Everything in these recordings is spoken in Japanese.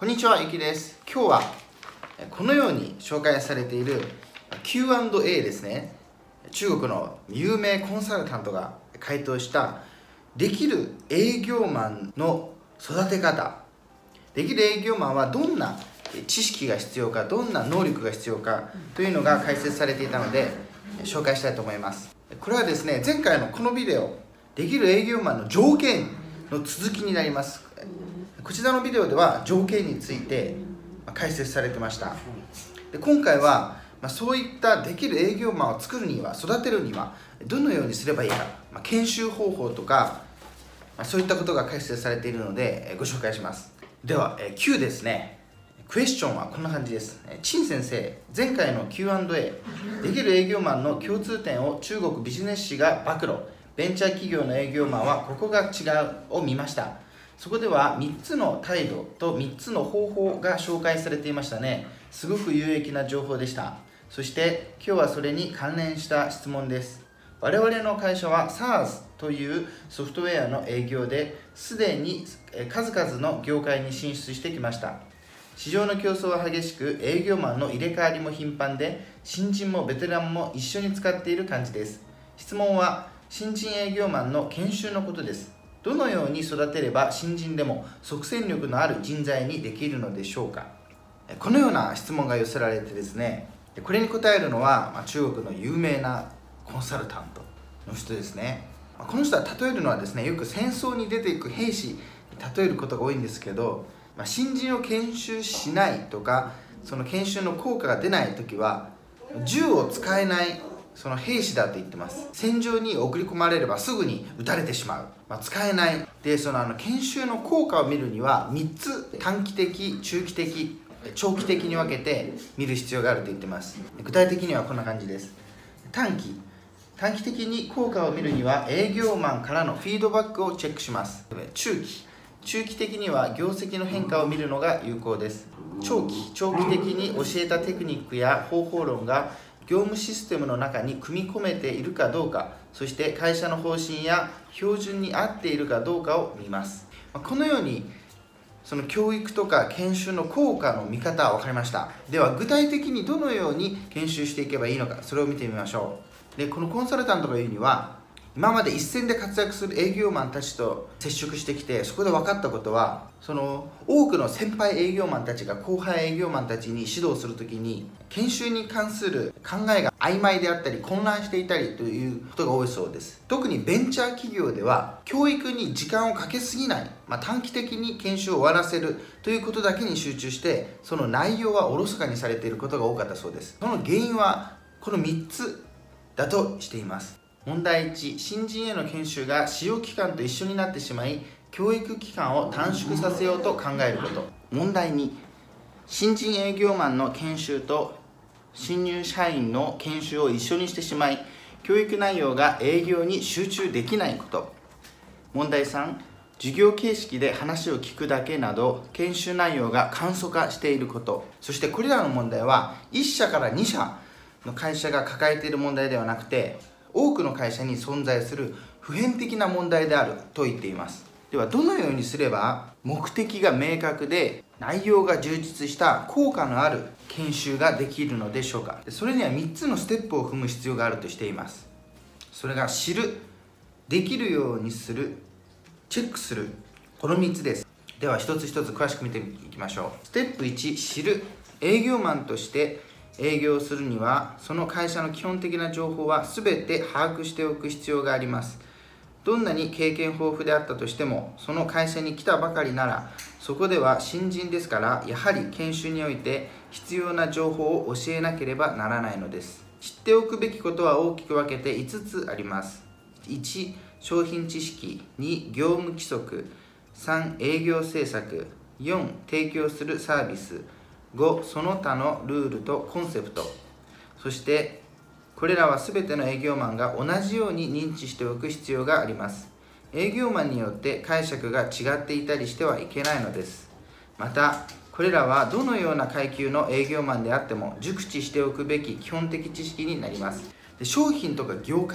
こんにちは、ゆきです。今日はこのように紹介されている Q&A ですね。中国の有名コンサルタントが回答したできる営業マンの育て方。できる営業マンはどんな知識が必要か、どんな能力が必要かというのが解説されていたので紹介したいと思います。これはですね、前回のこのビデオ、できる営業マンの条件の続きになります。こちらのビデオでは条件について解説されてました。で今回はそういったできる営業マンを作るには、育てるにはどのようにすればいいか、研修方法とかそういったことが解説されているのでご紹介します。では Q ですね。クエスチョンはこんな感じです。陳先生、前回の Q&A できる営業マンの共通点を中国ビジネス誌が暴露、ベンチャー企業の営業マンはここが違うを見ました。そこでは3つの態度と3つの方法が紹介されていましたね。すごく有益な情報でした。そして今日はそれに関連した質問です。我々の会社は SaaS というソフトウェアの営業ですでに数々の業界に進出してきました。市場の競争は激しく、営業マンの入れ替わりも頻繁で、新人もベテランも一緒に使っている感じです。質問は新人営業マンの研修のことです。どのように育てれば新人でも即戦力のある人材にできるのでしょうか。このような質問が寄せられてですね、これに答えるのは中国の有名なコンサルタントの人ですね。この人は例えるのはですね、よく戦争に出ていく兵士に例えることが多いんですけど、新人を研修しないとか、その研修の効果が出ないときは銃を使えないその兵士だと言ってます。戦場に送り込まれればすぐに撃たれてしまう、使えないで、その研修の効果を見るには3つ、短期的、中期的、長期的に分けて見る必要があると言ってます。具体的にはこんな感じです。短期的に効果を見るには営業マンからのフィードバックをチェックします。中期的には業績の変化を見るのが有効です。長期的に教えたテクニックや方法論が業務システムの中に組み込めているかどうか、そして会社の方針や標準に合っているかどうかを見ます。このようにその教育とか研修の効果の見方は分かりました。では具体的にどのように研修していけばいいのか、それを見てみましょう。でこのコンサルタントが言うには、今まで一線で活躍する営業マンたちと接触してきて、そこで分かったことは、その多くの先輩営業マンたちが後輩営業マンたちに指導するときに、研修に関する考えが曖昧であったり混乱していたりということが多いそうです。特にベンチャー企業では教育に時間をかけすぎない、短期的に研修を終わらせるということだけに集中して、その内容はおろそかにされていることが多かったそうです。その原因はこの3つだとしています。問題1、新人への研修が使用期間と一緒になってしまい、教育期間を短縮させようと考えること。問題2、新人営業マンの研修と新入社員の研修を一緒にしてしまい、教育内容が営業に集中できないこと。問題3、授業形式で話を聞くだけなど研修内容が簡素化していること。そしてこれらの問題は1社から2社の会社が抱えている問題ではなくて、多くの会社に存在する普遍的な問題であると言っています。ではどのようにすれば目的が明確で内容が充実した効果のある研修ができるのでしょうか。それには3つのステップを踏む必要があるとしています。それが知る、できるようにする、チェックする、この3つです。では一つ一つ詳しく見ていきましょう。ステップ1、知る。営業マンとして営業するには、その会社の基本的な情報は全て把握しておく必要があります。どんなに経験豊富であったとしても、その会社に来たばかりなら、そこでは新人ですから、やはり研修において必要な情報を教えなければならないのです。知っておくべきことは大きく分けて5つあります。1、商品知識。2、業務規則。3、営業政策。4、提供するサービス。5、その他のルールとコンセプト。そしてこれらは全ての営業マンが同じように認知しておく必要があります。営業マンによって解釈が違っていたりしてはいけないのです。またこれらはどのような階級の営業マンであっても熟知しておくべき基本的知識になります。で商品とか業界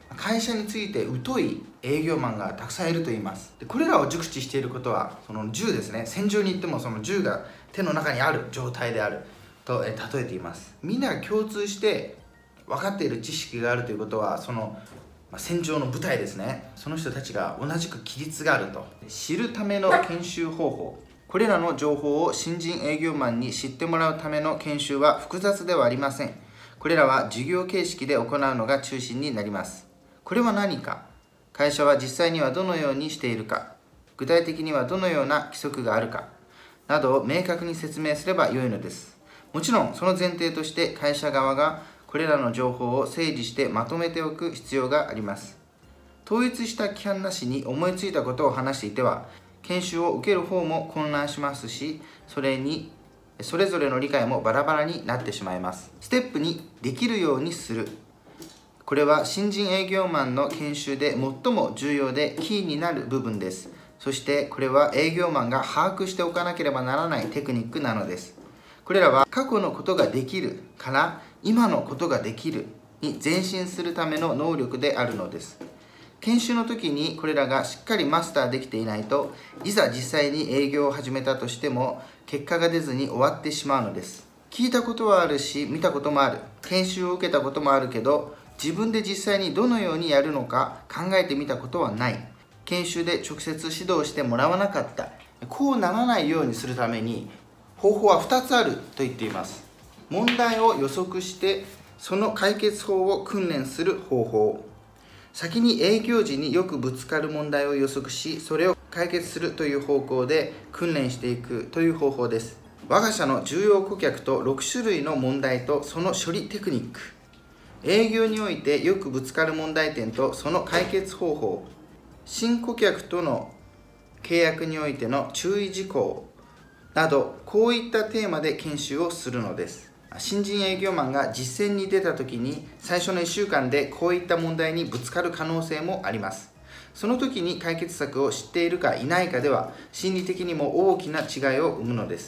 会社について疎い営業マンがたくさんいると言います。でこれらを熟知していることは、その銃ですね、戦場に行ってもその銃が手の中にある状態であると例えています。みんなが共通して分かっている知識があるということは、その戦場の舞台ですね、その人たちが同じく規律があると知るための研修方法、これらの情報を新人営業マンに知ってもらうための研修は複雑ではありません。これらは授業形式で行うのが中心になります。これは何か、会社は実際にはどのようにしているか、具体的にはどのような規則があるかなどを明確に説明すればよいのです。もちろんその前提として会社側がこれらの情報を整理してまとめておく必要があります。統一した規範なしに思いついたことを話していては、研修を受ける方も混乱しますし、それぞれの理解もバラバラになってしまいます。ステップ2、できるようにする。これは新人営業マンの研修で最も重要でキーになる部分です。そしてこれは営業マンが把握しておかなければならないテクニックなのです。これらは過去のことができるから今のことができるに前進するための能力であるのです。研修の時にこれらがしっかりマスターできていないと、いざ実際に営業を始めたとしても結果が出ずに終わってしまうのです。聞いたことはあるし、見たこともある、研修を受けたこともあるけど、自分で実際にどのようにやるのか考えてみたことはない、研修で直接指導してもらわなかった、こうならないようにするために方法は2つあると言っています。問題を予測してその解決法を訓練する方法、先に営業時によくぶつかる問題を予測し、それを解決するという方向で訓練していくという方法です。我が社の重要顧客と6種類の問題とその処理テクニック、営業においてよくぶつかる問題点とその解決方法、新顧客との契約においての注意事項など、こういったテーマで研修をするのです。新人営業マンが実践に出た時に最初の1週間でこういった問題にぶつかる可能性もあります。その時に解決策を知っているかいないかでは心理的にも大きな違いを生むのです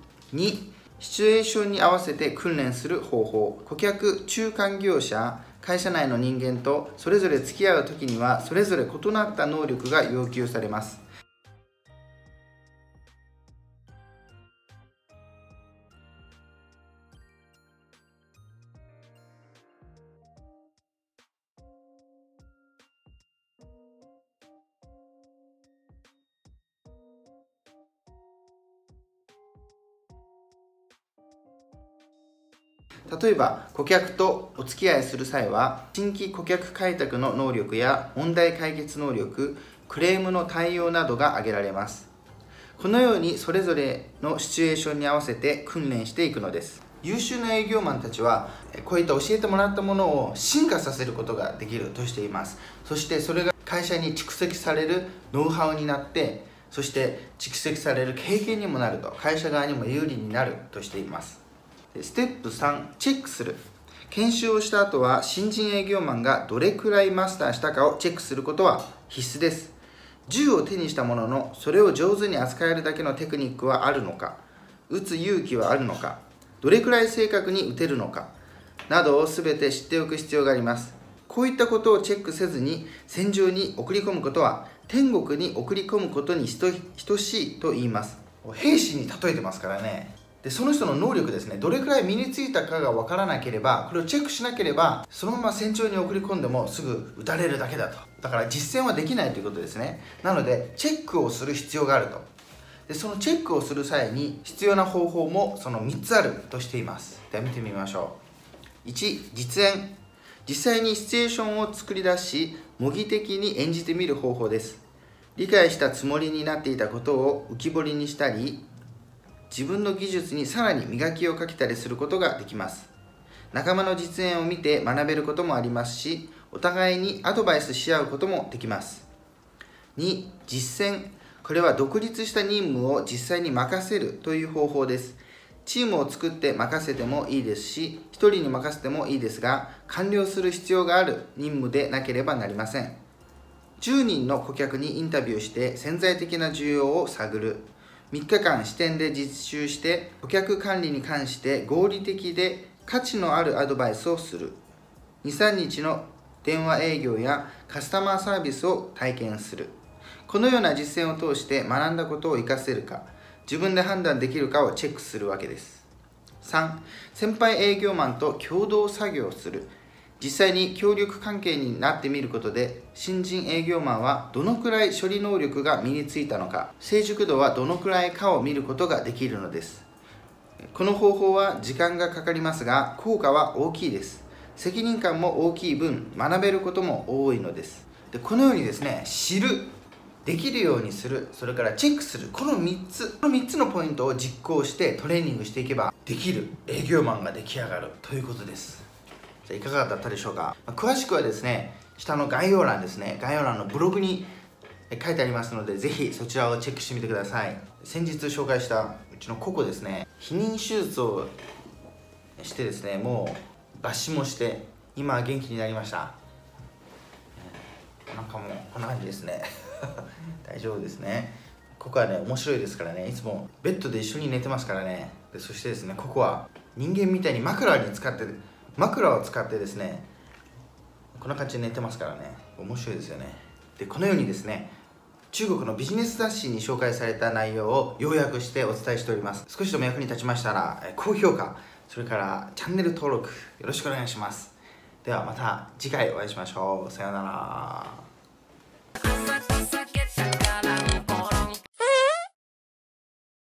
。2、シチュエーションに合わせて訓練する方法。顧客、中間業者、会社内の人間とそれぞれ付き合う時にはそれぞれ異なった能力が要求されます。例えば顧客とお付き合いする際は、新規顧客開拓の能力や問題解決能力、クレームの対応などが挙げられます。このようにそれぞれのシチュエーションに合わせて訓練していくのです。優秀な営業マンたちはこういった教えてもらったものを進化させることができるとしています。そしてそれが会社に蓄積されるノウハウになって、そして蓄積される経験にもなると、会社側にも有利になるとしています。ステップ3、チェックする。研修をした後は新人営業マンがどれくらいマスターしたかをチェックすることは必須です。銃を手にしたものの、それを上手に扱えるだけのテクニックはあるのか、撃つ勇気はあるのか、どれくらい正確に撃てるのかなどを全て知っておく必要があります。こういったことをチェックせずに戦場に送り込むことは天国に送り込むことに等しいと言います。兵士に例えてますからね。でその人の能力ですね、どれくらい身についたかが分からなければ、これをチェックしなければそのまま戦場に送り込んでもすぐ撃たれるだけだと。だから実践はできないということですね。なのでチェックをする必要があると。でそのチェックをする際に必要な方法もその3つあるとしています。では見てみましょう。1、実演。実際にシチュエーションを作り出し模擬的に演じてみる方法です。理解したつもりになっていたことを浮き彫りにしたり、自分の技術にさらに磨きをかけたりすることができます。仲間の実演を見て学べることもありますし、お互いにアドバイスし合うこともできます。2、実践。これは独立した任務を実際に任せるという方法です。チームを作って任せてもいいですし、1人に任せてもいいですが、完了する必要がある任務でなければなりません。10人の顧客にインタビューして潜在的な需要を探る。3日間視点で実習して顧客管理に関して合理的で価値のあるアドバイスをする。2、3日の電話営業やカスタマーサービスを体験する。このような実践を通して学んだことを活かせるか、自分で判断できるかをチェックするわけです。3、先輩営業マンと共同作業する。実際に協力関係になってみることで、新人営業マンはどのくらい処理能力が身についたのか、成熟度はどのくらいかを見ることができるのです。この方法は時間がかかりますが、効果は大きいです。責任感も大きい分、学べることも多いのです。このようにですね、知る、できるようにする、それからチェックする、この3つのポイントを実行してトレーニングしていけば、できる営業マンが出来上がるということです。じゃあいかがだったでしょうか。詳しくはですね、下の概要欄ですね、概要欄のブログに書いてありますので、ぜひそちらをチェックしてみてください。先日紹介したうちのココですね、避妊手術をしてですね、もう抜歯もして今は元気になりました。なんかもうこんな感じですね大丈夫ですね。ココはね、面白いですからね、いつもベッドで一緒に寝てますからね。でそしてですね、ココは人間みたいに枕を使ってですね、こんな感じで寝てますからね、面白いですよね。でこのようにですね、中国のビジネス雑誌に紹介された内容を要約してお伝えしております。少しでも役に立ちましたら高評価、それからチャンネル登録よろしくお願いします。ではまた次回お会いしましょう。さようなら。